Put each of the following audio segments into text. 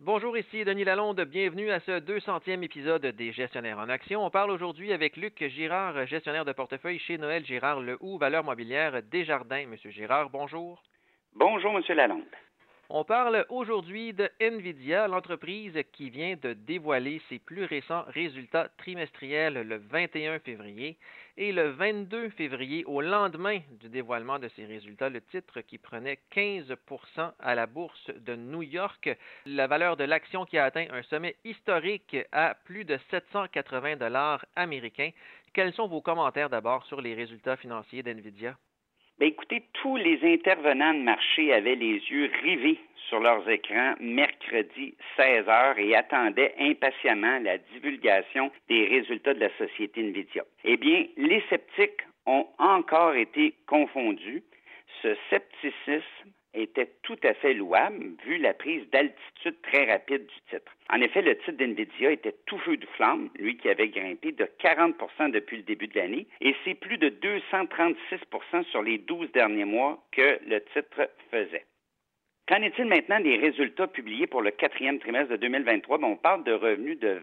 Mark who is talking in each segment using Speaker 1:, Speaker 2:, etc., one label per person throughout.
Speaker 1: Bonjour, ici Denis Lalonde. Bienvenue à ce 200e épisode des Gestionnaires en action. On parle aujourd'hui avec Luc Girard, gestionnaire de portefeuille chez Noël Girard Lehoux, valeurs mobilières Desjardins. Monsieur Girard, bonjour.
Speaker 2: Bonjour, Monsieur Lalonde.
Speaker 1: On parle aujourd'hui de NVIDIA, l'entreprise qui vient de dévoiler ses plus récents résultats trimestriels le 21 février. Et le 22 février, au lendemain du dévoilement de ces résultats, le titre qui prenait 15 à la bourse de New York, la valeur de l'action qui a atteint un sommet historique à plus de 780 $ américains. Quels sont vos commentaires d'abord sur les résultats financiers d'NVIDIA?
Speaker 2: Bien, écoutez, tous les intervenants de marché avaient les yeux rivés sur leurs écrans mercredi 16 heures et attendaient impatiemment la divulgation des résultats de la société NVIDIA. Eh bien, les sceptiques ont encore été confondus. Ce scepticisme était tout à fait louable vu la prise d'altitude très rapide du titre. En effet, le titre d'NVIDIA était tout feu de flamme, lui qui avait grimpé de 40 depuis le début de l'année, et c'est plus de 236 sur les 12 derniers mois que le titre faisait. Qu'en est-il maintenant des résultats publiés pour le quatrième trimestre de 2023? On parle de revenus de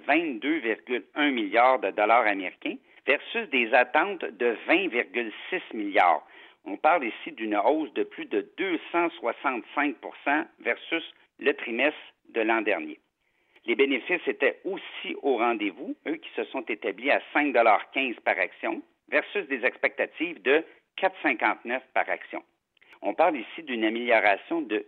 Speaker 2: 22,1 milliards de dollars américains versus des attentes de 20,6 milliards. On parle ici d'une hausse de plus de 265 versus le trimestre de l'an dernier. Les bénéfices étaient aussi au rendez-vous, eux qui se sont établis à 5,15 par action versus des expectatives de 4,59 par action. On parle ici d'une amélioration de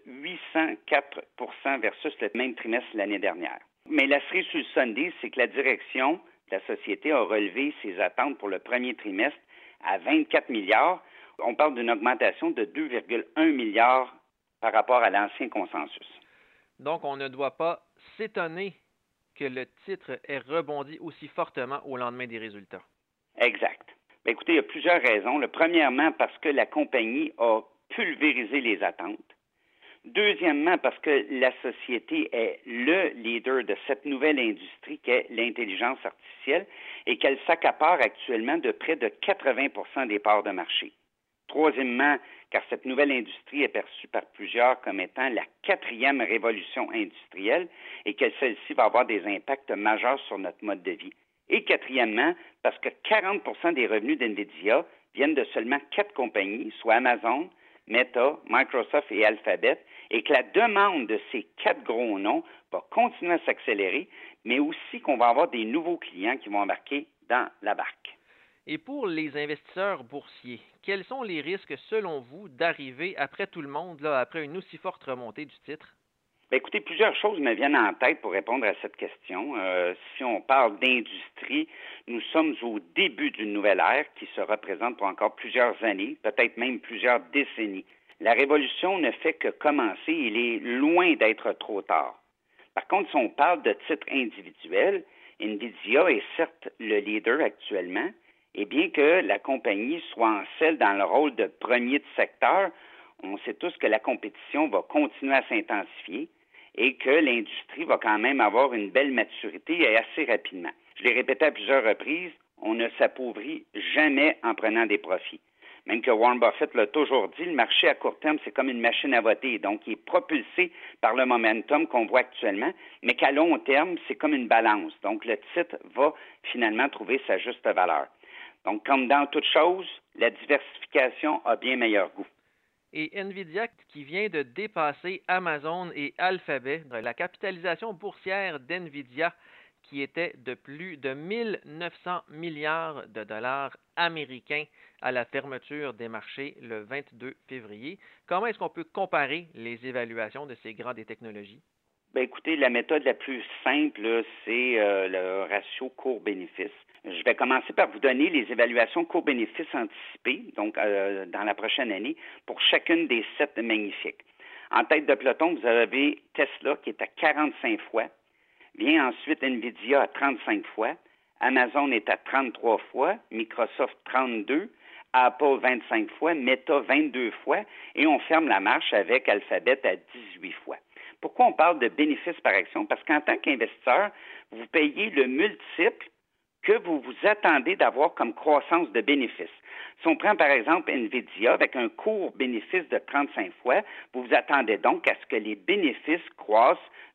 Speaker 2: 804 versus le même trimestre l'année dernière. Mais la cerise sur le sundae, c'est que la direction de la société a relevé ses attentes pour le premier trimestre à 24 milliards. On parle d'une augmentation de 2,1 milliards par rapport à l'ancien consensus.
Speaker 1: Donc, on ne doit pas s'étonner que le titre ait rebondi aussi fortement au lendemain des résultats.
Speaker 2: Exact. Bien, écoutez, il y a plusieurs raisons. Premièrement, parce que la compagnie a pulvérisé les attentes. Deuxièmement, parce que la société est le leader de cette nouvelle industrie qu'est l'intelligence artificielle et qu'elle s'accapare actuellement de près de 80 des parts de marché. Troisièmement, car cette nouvelle industrie est perçue par plusieurs comme étant la quatrième révolution industrielle et que celle-ci va avoir des impacts majeurs sur notre mode de vie. Et quatrièmement, parce que 40 des revenus d'NVIDIA viennent de seulement 4 compagnies, soit Amazon, Meta, Microsoft et Alphabet, et que la demande de ces 4 gros noms va continuer à s'accélérer, mais aussi qu'on va avoir des nouveaux clients qui vont embarquer dans la barque.
Speaker 1: Et pour les investisseurs boursiers, quels sont les risques, selon vous, d'arriver après tout le monde, après une aussi forte remontée du titre?
Speaker 2: Bien, écoutez, plusieurs choses me viennent en tête pour répondre à cette question. Si on parle d'industrie, nous sommes au début d'une nouvelle ère qui se représente pour encore plusieurs années, peut-être même plusieurs décennies. La révolution ne fait que commencer, il est loin d'être trop tard. Par contre, si on parle de titres individuels, NVIDIA est certes le leader actuellement, et bien que la compagnie soit en selle dans le rôle de premier de secteur, on sait tous que la compétition va continuer à s'intensifier et que l'industrie va quand même avoir une belle maturité et assez rapidement. Je l'ai répété à plusieurs reprises, on ne s'appauvrit jamais en prenant des profits. Même que Warren Buffett l'a toujours dit, le marché à court terme, c'est comme une machine à voter, donc il est propulsé par le momentum qu'on voit actuellement, mais qu'à long terme, c'est comme une balance. Donc le titre va finalement trouver sa juste valeur. Donc, comme dans toute chose, la diversification a bien meilleur goût.
Speaker 1: Et NVIDIA qui vient de dépasser Amazon et Alphabet, la capitalisation boursière d'NVIDIA qui était de plus de 1900 milliards de dollars américains à la fermeture des marchés le 22 février. Comment est-ce qu'on peut comparer les évaluations de ces grands des technologies?
Speaker 2: Bien, écoutez, la méthode la plus simple, c'est le ratio cours-bénéfice. Je vais commencer par vous donner les évaluations cours-bénéfices anticipées, donc dans la prochaine année, pour chacune des 7 magnifiques. En tête de peloton, vous avez Tesla qui est à 45 fois, vient ensuite NVIDIA à 35 fois, Amazon est à 33 fois, Microsoft 32, Apple 25 fois, Meta 22 fois, et on ferme la marche avec Alphabet à 18 fois. Pourquoi on parle de bénéfices par action? Parce qu'en tant qu'investisseur, vous payez le multiple que vous vous attendez d'avoir comme croissance de bénéfices. Si on prend par exemple NVIDIA avec un cours bénéfice de 35 fois, vous vous attendez donc à ce que les bénéfices croissent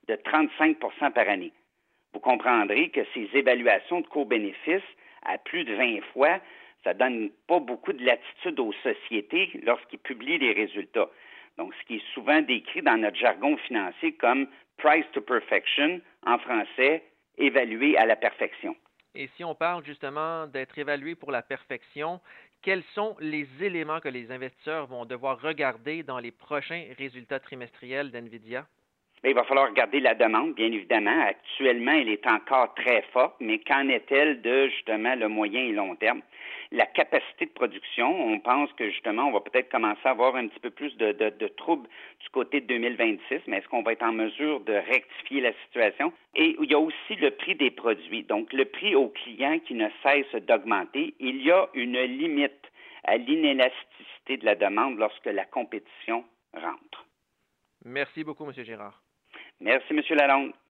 Speaker 2: de 35 par année. Vous comprendrez que ces évaluations de coûts-bénéfices à plus de 20 fois, ça ne donne pas beaucoup de latitude aux sociétés lorsqu'ils publient les résultats. Donc, ce qui est souvent décrit dans notre jargon financier comme price to perfection, en français, évalué à la perfection.
Speaker 1: Et si on parle justement d'être évalué pour la perfection, quels sont les éléments que les investisseurs vont devoir regarder dans les prochains résultats trimestriels d'NVIDIA?
Speaker 2: Bien, il va falloir regarder la demande, bien évidemment. Actuellement, elle est encore très forte, mais qu'en est-elle de, justement, le moyen et long terme? La capacité de production, on pense que, justement, on va peut-être commencer à avoir un petit peu plus de troubles du côté de 2026, mais est-ce qu'on va être en mesure de rectifier la situation? Et il y a aussi le prix des produits, donc le prix aux clients qui ne cesse d'augmenter. Il y a une limite à l'inélasticité de la demande lorsque la compétition rentre.
Speaker 1: Merci beaucoup, M. Girard.
Speaker 2: Merci, M. Lalonde.